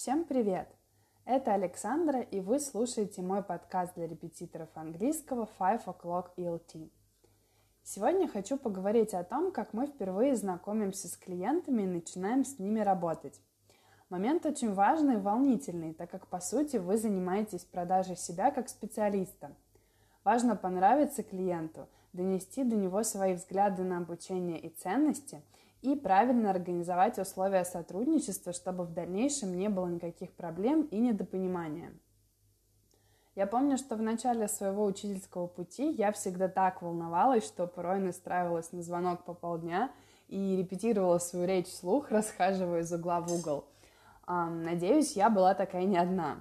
Всем привет! Это Александра, и вы слушаете мой подкаст для репетиторов английского 5 O'Clock ELT. Сегодня хочу поговорить о том, как мы впервые знакомимся с клиентами и начинаем с ними работать. Момент очень важный и волнительный, так как, по сути, вы занимаетесь продажей себя как специалиста. Важно понравиться клиенту, донести до него свои взгляды на обучение и ценности и правильно организовать условия сотрудничества, чтобы в дальнейшем не было никаких проблем и недопонимания. Я помню, что в начале своего учительского пути я всегда так волновалась, что порой настраивалась на звонок по полдня и репетировала свою речь вслух, расхаживая из угла в угол. Надеюсь, я была такая не одна.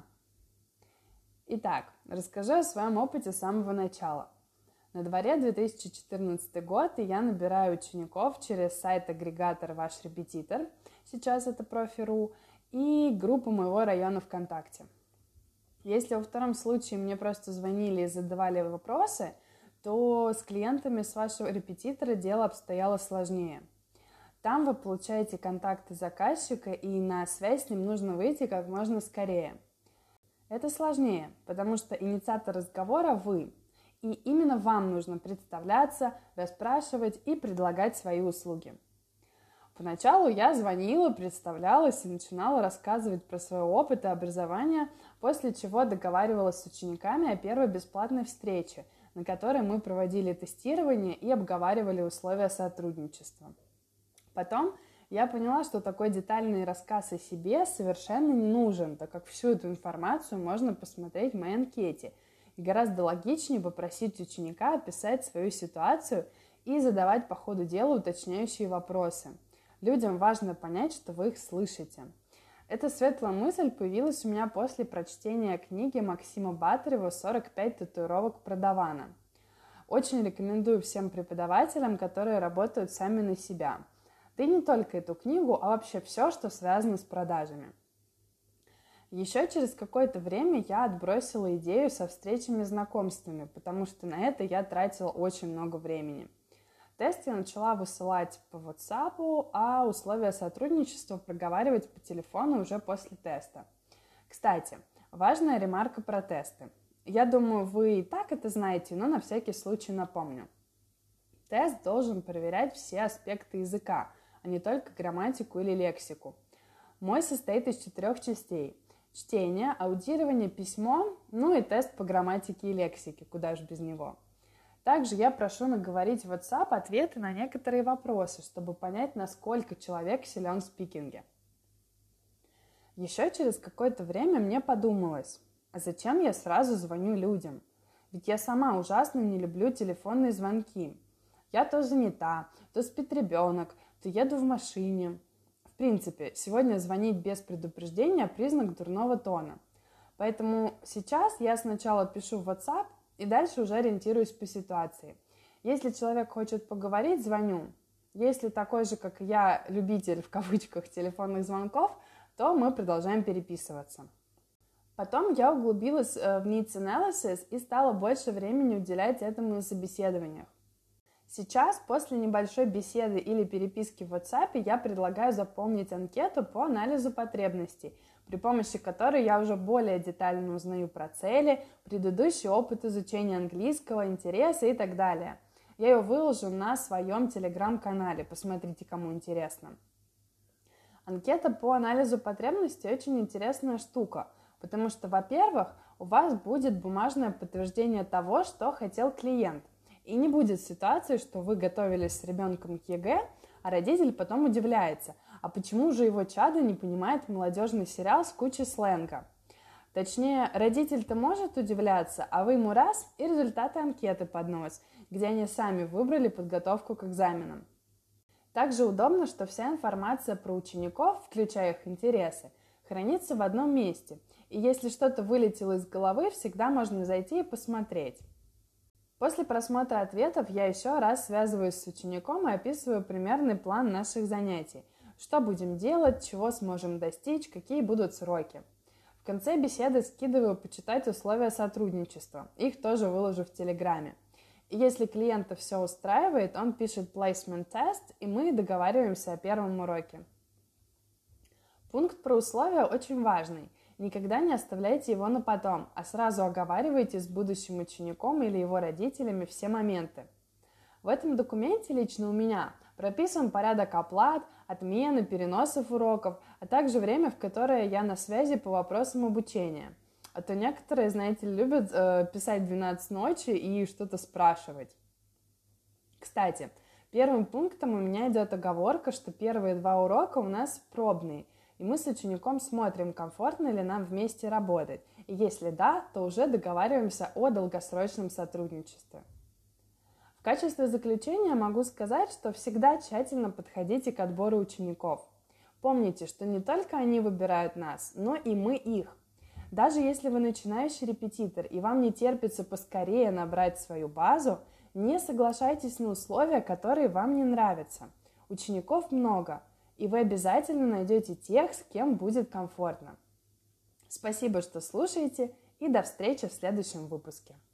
Итак, расскажу о своем опыте с самого начала. На дворе 2014 год, и я набираю учеников через сайт-агрегатор «Ваш репетитор», сейчас это Профи.ру, и группу моего района ВКонтакте. Если во втором случае мне просто звонили и задавали вопросы, то с клиентами с вашего репетитора дело обстояло сложнее. Там вы получаете контакты заказчика, и на связь с ним нужно выйти как можно скорее. Это сложнее, потому что инициатор разговора вы. И именно вам нужно представляться, расспрашивать и предлагать свои услуги. Поначалу я звонила, представлялась и начинала рассказывать про свой опыт и образование, после чего договаривалась с учениками о первой бесплатной встрече, на которой мы проводили тестирование и обговаривали условия сотрудничества. Потом я поняла, что такой детальный рассказ о себе совершенно не нужен, так как всю эту информацию можно посмотреть в моей анкете. И гораздо логичнее попросить ученика описать свою ситуацию и задавать по ходу дела уточняющие вопросы. Людям важно понять, что вы их слышите. Эта светлая мысль появилась у меня после прочтения книги Максима Батарева «45 татуировок продавана». Очень рекомендую всем преподавателям, которые работают сами на себя. Да и не только эту книгу, а вообще все, что связано с продажами. Еще через какое-то время я отбросила идею со встречами и знакомствами, потому что на это я тратила очень много времени. Тест я начала высылать по WhatsApp, а условия сотрудничества проговаривать по телефону уже после теста. Кстати, важная ремарка про тесты. Я думаю, вы и так это знаете, но на всякий случай напомню. Тест должен проверять все аспекты языка, а не только грамматику или лексику. Мой состоит из 4 частей. Чтение, аудирование, письмо, и тест по грамматике и лексике, куда же без него. Также я прошу наговорить в WhatsApp ответы на некоторые вопросы, чтобы понять, насколько человек силен в спикинге. Еще через какое-то время мне подумалось, а зачем я сразу звоню людям? Ведь я сама ужасно не люблю телефонные звонки. Я то занята, то спит ребенок, то еду в машине. В принципе, сегодня звонить без предупреждения – признак дурного тона. Поэтому сейчас я сначала пишу в WhatsApp и дальше уже ориентируюсь по ситуации. Если человек хочет поговорить, звоню. Если такой же, как и я, любитель, в кавычках, телефонных звонков, то мы продолжаем переписываться. Потом я углубилась в needs analysis и стала больше времени уделять этому на собеседованиях. Сейчас, после небольшой беседы или переписки в WhatsApp, я предлагаю заполнить анкету по анализу потребностей, при помощи которой я уже более детально узнаю про цели, предыдущий опыт изучения английского, интересы и так далее. Я ее выложу на своем телеграм-канале, посмотрите, кому интересно. Анкета по анализу потребностей очень интересная штука, потому что, во-первых, у вас будет бумажное подтверждение того, что хотел клиент. И не будет ситуации, что вы готовились с ребенком к ЕГЭ, а родитель потом удивляется, а почему же его чадо не понимает молодежный сериал с кучей сленга. Точнее, родитель-то может удивляться, а вы ему раз и результаты анкеты под нос, где они сами выбрали подготовку к экзаменам. Также удобно, что вся информация про учеников, включая их интересы, хранится в одном месте, и если что-то вылетело из головы, всегда можно зайти и посмотреть. После просмотра ответов я еще раз связываюсь с учеником и описываю примерный план наших занятий. Что будем делать, чего сможем достичь, какие будут сроки. В конце беседы скидываю почитать условия сотрудничества. Их тоже выложу в Телеграме. И если клиента все устраивает, он пишет placement test, и мы договариваемся о первом уроке. Пункт про условия очень важный. Никогда не оставляйте его на потом, а сразу оговаривайте с будущим учеником или его родителями все моменты. В этом документе лично у меня прописан порядок оплат, отмены, переносов уроков, а также время, в которое я на связи по вопросам обучения. А то некоторые, знаете, любят писать в 12 ночи и что-то спрашивать. Кстати, первым пунктом у меня идет оговорка, что первые 2 урока у нас пробные, и мы с учеником смотрим, комфортно ли нам вместе работать. И если да, то уже договариваемся о долгосрочном сотрудничестве. В качестве заключения могу сказать, что всегда тщательно подходите к отбору учеников. Помните, что не только они выбирают нас, но и мы их. Даже если вы начинающий репетитор и вам не терпится поскорее набрать свою базу, не соглашайтесь на условия, которые вам не нравятся. Учеников много, и вы обязательно найдете тех, с кем будет комфортно. Спасибо, что слушаете, и до встречи в следующем выпуске.